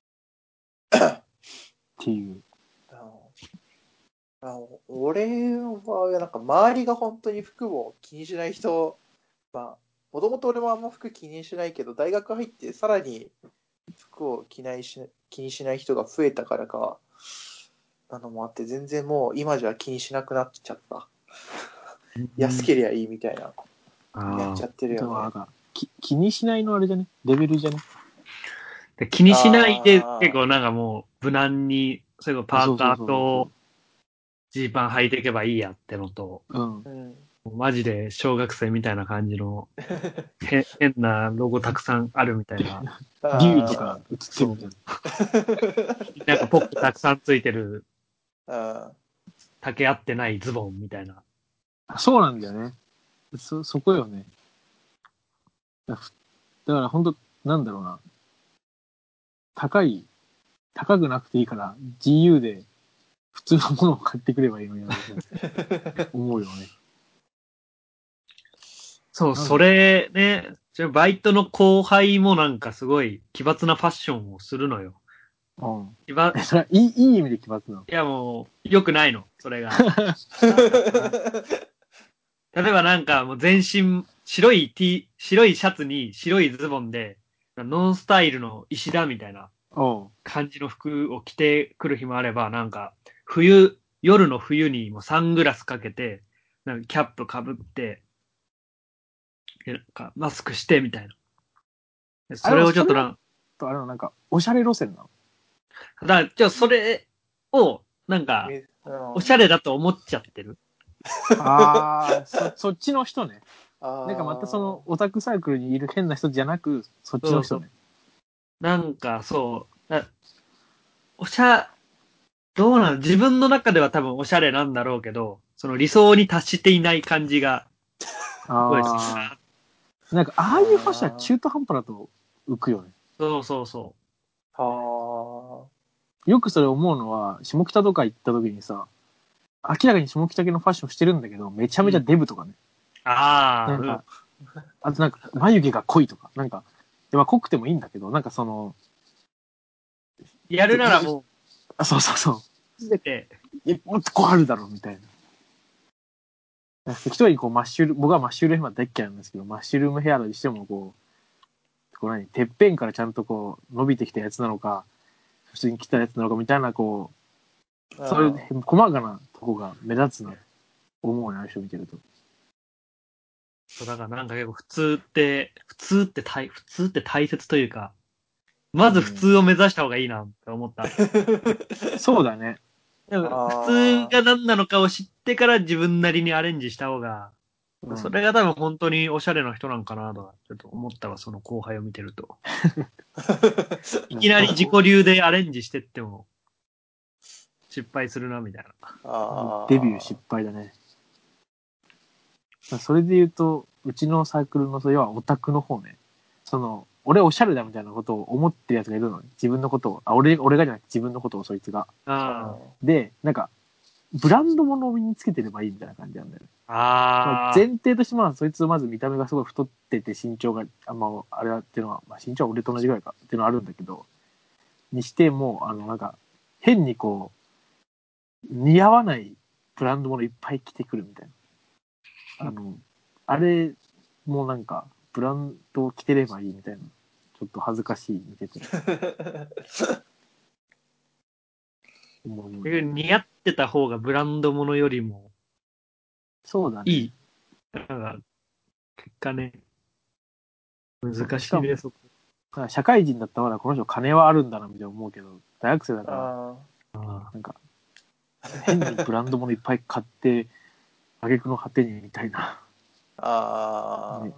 っていう。 俺は、なんか周りが本当に服を気にしない人、まあ、もともと俺もあんま服気にしないけど、大学入ってさらに服を気にしない人が増えたからか、なのもあって、全然もう今じゃ気にしなくなっちゃった。安けりゃいいみたいな、やっちゃってるよね。 でもなんか、気にしないのあれじゃねレベルじゃねで気にしないで結あ構なんかもう無難に、それこそパーカそうそうそうそーとジーパン履いていけばいいやってのと、 う。うん。 うん。 マジで小学生みたいな感じの変なロゴたくさんあるみたいな。 竜とかあ映ってるそう。 みたいな。 なんかポッケたくさんついてるあ。 丈合ってないズボンみたいな。 そうなんだよね。そこよね。だから本当なんだろうな。高くなくていいから、GU で普通のものを買ってくればいいのにな、思うよね。 そう、そなんだろうれね、バイトの後輩もなんかすごい奇抜なファッションをするのよ。 な。うん。 奇抜、 それはいい意味で奇抜なの。 いやもう、良くないの、それが。例えばなんかもう全身白いシャツに白いズボンで、ノンスタイルの石田みたいなおう。 感じの服を着てくる日もあれば、なんか夜の冬にもうサングラスかけて、なんかキャップかぶって、でなんかマスクしてみたいな。 あ、でそれもそれは、 をちょっとな、 とあれのなんか、おしゃれ路線なの。 だから、じゃあそれを、なんか、おしゃれだと思っちゃってる。 ああ、そっちの人ね。 あなんかまたその、オタクサークルにいる変な人じゃなく、そっちの人ね。 なんか、そう。おしゃ、どうなの自分の中では多分おしゃれなんだろうけど、その理想に達していない感じが、すごいするああ。なんか、ああいうファッションは中途半端だと浮くよね。 そうそうそあよくそれ思うのは、下北とか行った時にさ、明らかに下北系のファッションしてるんだけど、めちゃめちゃデブとかね。 う。ああ、 なんか、あとなんか、眉毛が濃いとか、なんか、まあ濃くてもいいんだけど、なんかその、 やるならもあ、そうそうそう。 う、すべて、 もっとこうあるだろうみたいな。一人こうマッシュル、僕はマッシュルームは大っ嫌いなんですけど、マッシュルームヘアにしてもこう何、てっぺんからちゃんとこう伸びてきたやつなのか、普通に来たやつなのかみたいな、こう、そういう細かなとこが目立つなと思うね、あの人見てると。 そうだからなんか結構普通って大切というか、まず普通を目指した方がいいなって思った。 そうだね。 でも普通が何なのかを知ってから自分なりにアレンジした方が、それが多分本当におしゃれな人なんかなとはちょっと思ったわ、その後輩を見てると。いきなり自己流でアレンジしてっても失敗するなみたいな。 デビュー失敗だね。それで言うと、うちのサークルのそれはオタクの方ね。その、俺おしゃれだみたいなことを思ってるやつがいるのね。自分のことを。俺がじゃなくて自分のことをそいつが。で、なんか、ブランド物を身につけてればいいみたいな感じなんだよね。前提としてまあ、そいつまず見た目がすごい太ってて身長が、あれはっていうのは、まあ身長は俺と同じぐらいかっていうのはあるんだけど、にしても、なんか、変にこう、似合わないブランド物いっぱい着てくるみたいな。あれもなんか、ブランドを着てればいいみたいな。ちょっと恥ずかしい、見てて。 似合ってた方がブランド物よりもそうだね。 いい。なんか、結果ね、難しいです。 社会人だったらこの人金はあるんだなみたいな思うけど、大学生だから、なんか、変にブランド物いっぱい買って、挙句の果てにみたいな。ね、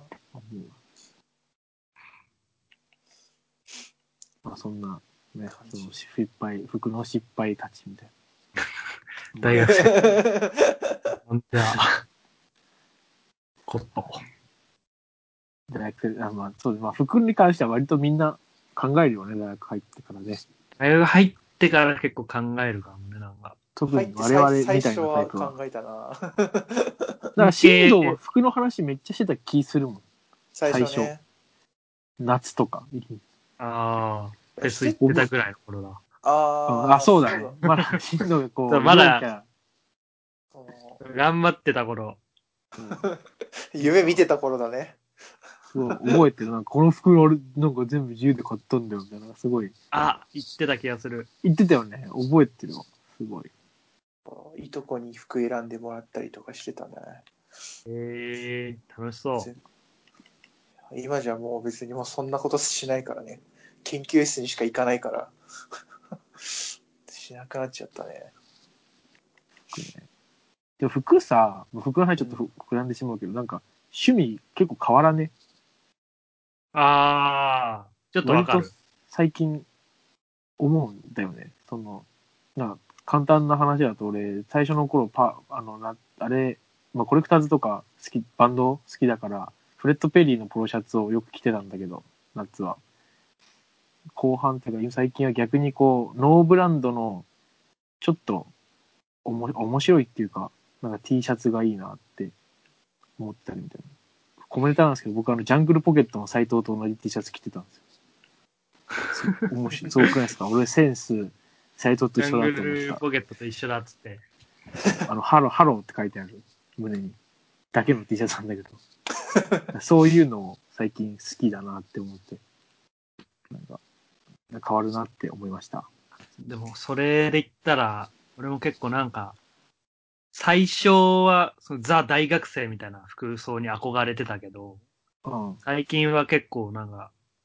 まあそんな、ね、その服の失敗たちみたいな。 大学生。じゃあ、コット。 大学生、まあそうです。まあ服に関しては割とみんな考えるよね、大学入ってからね。 大学入ってから結構考えるかもね、なんか。 特に我々みたいなタイプは。 考えたな。 だから新藤は服の話めっちゃしてた気するもん。 最初ね。 夏とか。 ああ、フェス行ってたぐらいの頃だ。 そうだね。まだ新藤がこう、 まだ、頑張ってた頃。 夢見てた頃だね。 そう、覚えてる。なんかこの服俺、なんか全部自由で買ったんだよ、みたいな。すごい。 言ってた気がする。 言ってたよね。覚えてるわ。すごい。 いとこに服選んでもらったりとかしてたね。 楽しそう。 今じゃもう別にもうそんなことしないからね。研究室にしか行かないから。しなくなっちゃったね。 でも服さ、服の話ちょっと膨らんでしまうけど、なんか趣味結構変わらね。 ちょっとわかる。 割と最近思うんだよね。その、なんか簡単な話だと俺、最初の頃あれ、まあコレクターズとかバンド好きだから、フレッド・ペリーのポロシャツをよく着てたんだけど、夏は。後半っていうか、最近は逆にこう、ノーブランドの、ちょっと、面白いっていうか、なんか T シャツがいいなって思ったりみたいな。コメントなんですけど、僕ジャングルポケットの斎藤と同じ T シャツ着てたんですよ。面白い。そうくないですか？俺センス、斎藤と一緒だと思った。 ジャングルポケットと一緒だっつって。 ハローって書いてある胸に。だけの T シャツなんだけど。そういうのを最近好きだなって思って。なんか、変わるなって思いました。 でも、それで言ったら、俺も結構なんか、最初は、ザ大学生みたいな服装に憧れてたけど、最近は結構なんか、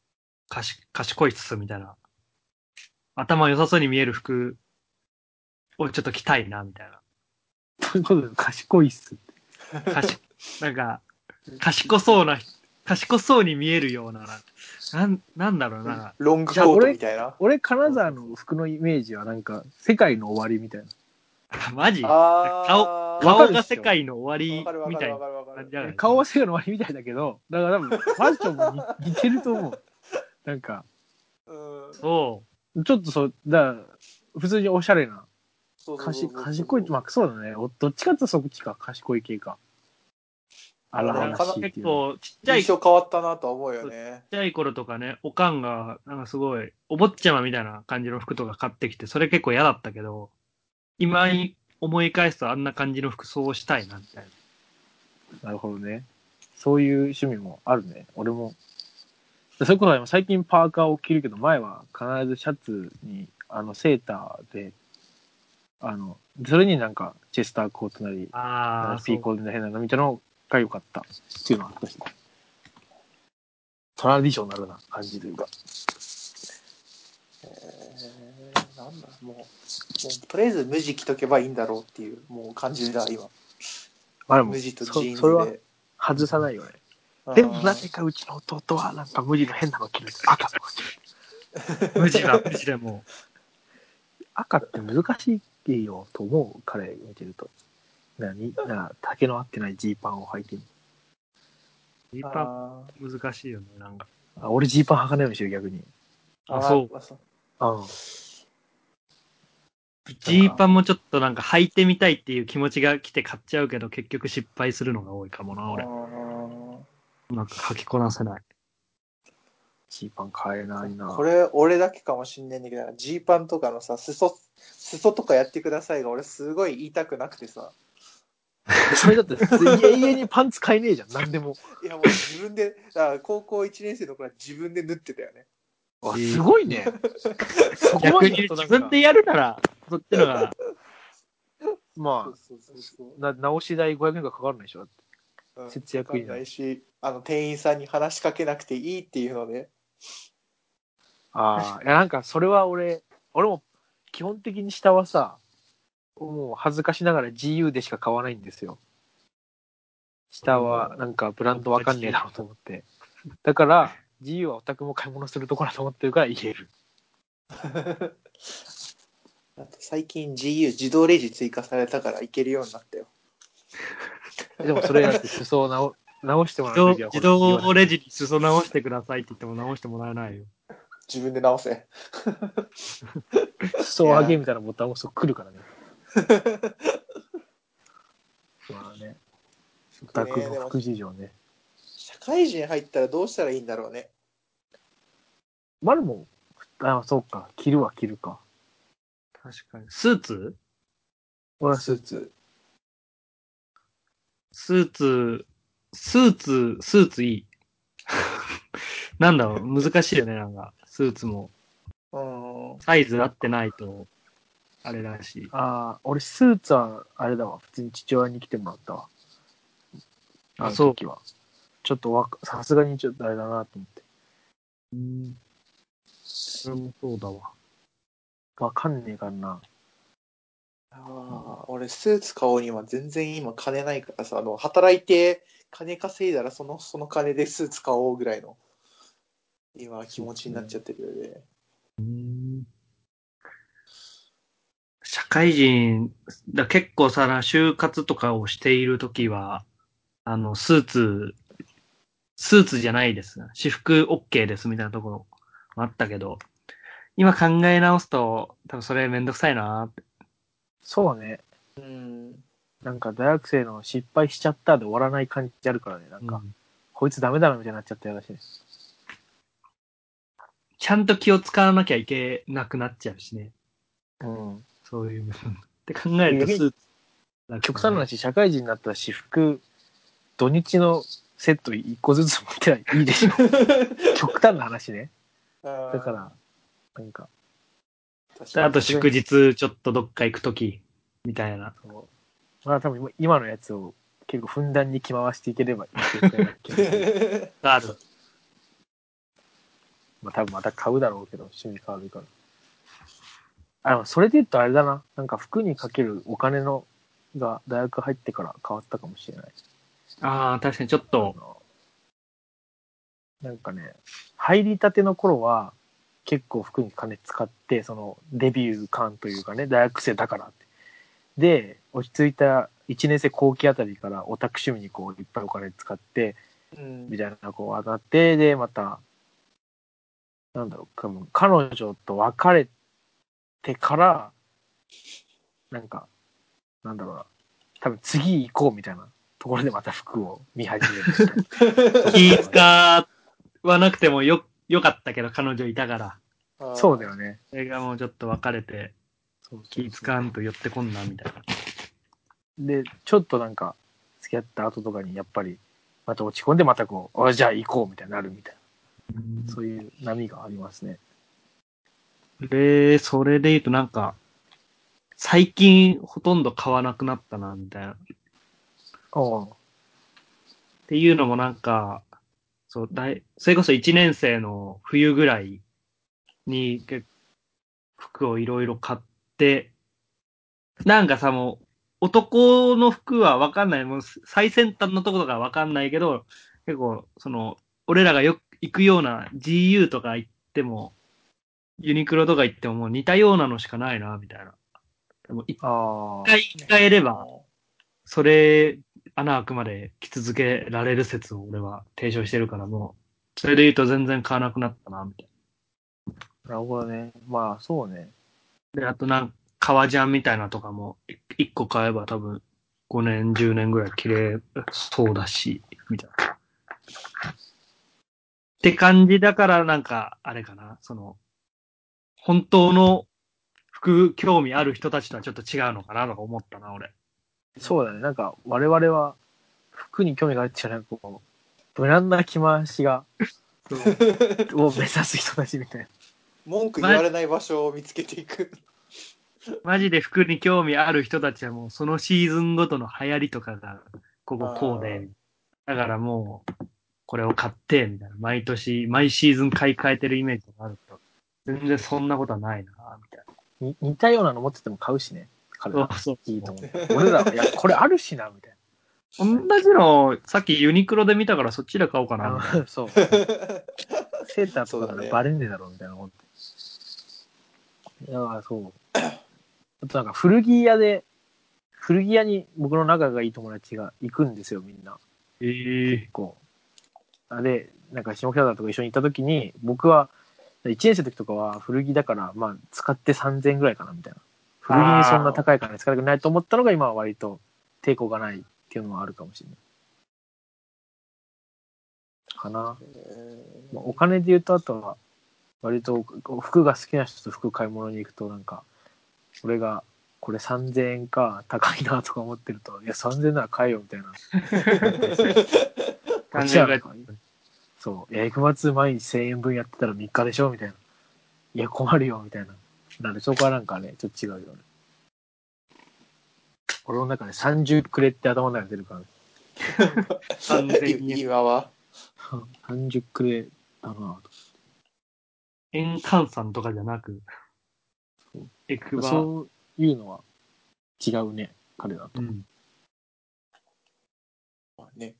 賢いっすみたいな。頭良さそうに見える服をちょっと着たいな、みたいな。 ということで、賢いっす。 なんか、賢そうに見えるような、なんだろうな。 ロングコートみたいな。 俺、金沢の服のイメージはなんか、世界の終わりみたいな。 マジあー、 顔が世界の終わりわかるわかみたいなるわかるわかる。 感じじゃない顔は世界の終わりみたいだけど、だから多分、ファッションも似てると思う。なんか、 うん。 そちょっとそう、だから、普通におしゃれな。 そうそうそうそう賢い、まあそうだね。どっちかってそっちか、賢い系か。荒でも 々しいって結いうの。 構ちっちゃい印象変わったなとは思うよね。 ちっちゃい頃とかね、おかんが、なんかすごい、お坊ちゃまみたいな感じの服とか買ってきて、それ結構嫌だったけど、今思い返すとあんな感じの服装したいな、みたいな。 なるほどね。そういう趣味もあるね。俺も。それこそ最近パーカーを着るけど、前は必ずシャツに、セーターで、それになんか、チェスターコートなり、 ああ、 ピーコードの変なのみたいなのが良かったっていうのはあったし、トラディショナルな感じというか。 なんだもうとりあえず無地着とけばいいんだろうっていうもう感じだ今。 まあでも無地とジーンそれはズで。 外さないよね。 うんでもなぜかうちの弟はなんか無地の変なの着る。赤。 無地は無地でも。 赤って難しいよと思う、彼見てると。丈の合ってないジーパンを履いてる。 ジーパン難しいよね、なんか。 俺ジーパン履かないようにしてる逆に。 そう。 うん。 ジーパンもちょっとなんか履いてみたいっていう気持ちが来て買っちゃうけど、結局失敗するのが多いかもな、俺。なんか履きこなせない。 ジーパン買えないな。 これ俺だけかもしんないんだけど、ジーパンとかのさ、裾とかやってくださいが俺すごい言いたくなくてさ。 それだって永遠にパンツ買えねえじゃん、なんでも。 いやもう自分で、だから高校1年生の頃は自分で縫ってたよね。 すごいね。そこま逆にで言うと自分でやるなら、そっちのが。 まあ、直し代500円がかかるんでしょだって。節約になるし、店員さんに話しかけなくていいっていうので。 ああ、いやなんかそれは俺も基本的に下はさ、もう恥ずかしながら GU でしか買わないんですよ。下はなんかブランドわかんねえだろうと思って。だから、GU はオタクも買い物するところだと思ってるから言える。 あと最近 GU 自動レジ追加されたから行けるようになったよ。 でもそれだって裾を直してもらうときは自動レジに裾直してくださいって言っても直してもらえないよ。 自分で直せ。 裾を上げみたいなボタンを押すと来るからね。まあね。オタクの服事情ね。 社会人入ったらどうしたらいいんだろうね。 まあでも、そうか。着るか。 確かに。スーツ俺はスーツ。 スーツいい。なんだろう、難しいよね、なんか。スーツも。サイズ合ってないと、あれだし。 俺スーツは、あれだわ。普通に父親に来てもらったわ。 そう。 時は。ちょっとさすがにちょっとあれだなと思って。 それもそうだわ。 わかんねえからな。 俺スーツ買おうには全然今金ないからさ、働いて金稼いだらその金でスーツ買おうぐらいの今気持ちになっちゃってるよね。 社会人結構さ、就活とかをしているときは、スーツじゃないです。私服 OK ですみたいなところもあったけど、今考え直すと、多分それめんどくさいなって。 そうね。なんか大学生の失敗しちゃったで終わらない感じあるからね。なんか、こいつダメだなみたいになっちゃったようだしね。 ちゃんと気を使わなきゃいけなくなっちゃうしね。そういう部分。って考えるとスーツ、 極端な話、社会人になったら私服、土日のセット1個ずつ持ってないいいでしょ。極端な話ね。だから、なんか。 あと祝日ちょっとどっか行くとき、みたいな。 まあ多分今のやつを結構ふんだんに着回していければいいなってある。 まあ多分また買うだろうけど、趣味変わるから。それで言うとあれだな。なんか服にかけるお金のが大学入ってから変わったかもしれない。 ああ、確かにちょっと。 なんかね、入りたての頃は結構服に金使って、そのデビュー感というかね、大学生だからって。で、落ち着いた1年生後期あたりからオタク趣味にこういっぱいお金使って、みたいなこう当たって、で、また、なんだろう、彼女と別れてから、なんか、なんだろうな、多分次行こうみたいなところでまた服を見始めるみたいな。 気使わなくてもよかったけど、彼女いたから。 そうだよね。 それがもうちょっと別れて、気使わんと寄ってこんな、みたいな。 で、ちょっとなんか、付き合った後とかにやっぱり、また落ち込んでまたこう、じゃあ行こうみたいになるみたいな。そういう波がありますね。 で、それで言うとなんか、最近ほとんど買わなくなったな、みたいな。っていうのもなんか、そう、それこそ1年生の冬ぐらいに服をいろいろ買って、なんかさ、もう、男の服はわかんない。もう最先端のところがわかんないけど、結構、俺らがよく行くような GU とか行っても、ユニクロとか行ってももう似たようなのしかないな、みたいな。でも一回使えれば、それ、穴開くまで着続けられる説を俺は提唱してるからもう、それで言うと全然買わなくなったな、みたいなるほどね。まあ、そうね。 な。で、あと革ジャンみたいなとかも、一個買えば多分5年、10年ぐらい着れそうだし、みたいな。って感じだからなんか、あれかな、本当の服興味ある人たちとはちょっと違うのかなとか思ったな、俺。 そうだね。なんか、我々は服に興味があるっていうのは、こう、無難な着回しが、を目指す人たちみたいな。 文句言われない場所を見つけていく。 マジで服に興味ある人たちはもうそのシーズンごとの流行りとかが、こうで、だからもう、これを買って、みたいな。毎年、毎シーズン買い替えてるイメージがあるけど、全然そんなことはないな、みたいな。 似たようなの持ってても買うしね。彼ら。 そういいと思う。俺らは、いや、これあるしな、みたいな。 同じの、さっきユニクロで見たからそっちで買おうかな、みたいな。 そう。セーターとかならバレんねえだろ、みたいな思って。いや、そう。あとなんか古着屋に僕の仲がいい友達が行くんですよ、みんな。結構。で、なんか下北沢とか一緒に行った時に、僕は、1年生の時とかは古着だから、まあ、使って3000円ぐらいかな、みたいな。古着にそんな高い金使いたくないと思ったのが今は割と抵抗がないっていうのはあるかもしれない。かな。まあ、お金で言うと、あとは、割と服が好きな人と服買い物に行くと、なんか、俺が、これ3000円か高いなとか思ってると、いや、3000円なら買えよみたいな。こっちは、そう、エクマツ毎日1000円分やってたら3日でしょみたいな。いや、困るよみたいな。なんで、そこはなんかね、ちょっと違うよね。俺の中で30くれって頭の中に出るから、ね。 今は 30くれだなと。 円換算とかじゃなく、エクバ。 そういうのは違うね、彼だと。 まあね。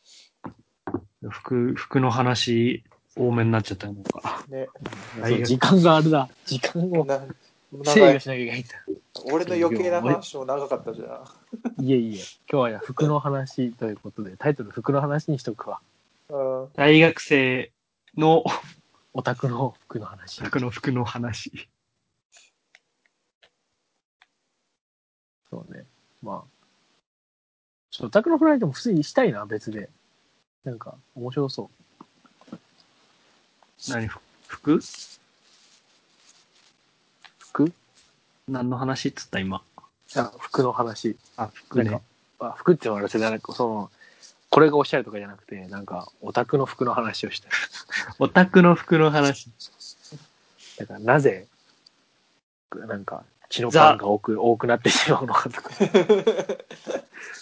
服の話多めになっちゃったのか。 ね。 そう時間があれだ。時間を制御しなきゃいけないんだ。 俺の余計な話も長かったじゃん。いえいえ、今日は服の話ということで、タイトル服の話にしとくわ。 大学生のオタクの服の話。 オタクの服の話。 そうね。まあ。ちょっとオタクの服の話でも普通にしたいな、別で。なんか、面白そう。 何服何の話っつった今。 服の話。 服ね。 服っていうのは別になんかこれがおしゃれとかじゃなくて、なんか、オタクの服の話をしたい。 オタクの服の話。 だからなぜ、なんか、血のパンが多くなってしまうのかとか。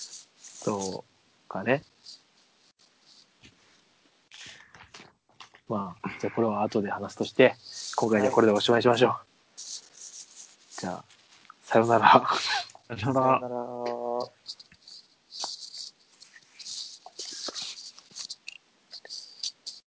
そうかね。 まあ、じゃあこれは後で話すとして、今回じゃあこれでおしまいにしましょう。じゃあ、さようなら。 さよなさよらなら。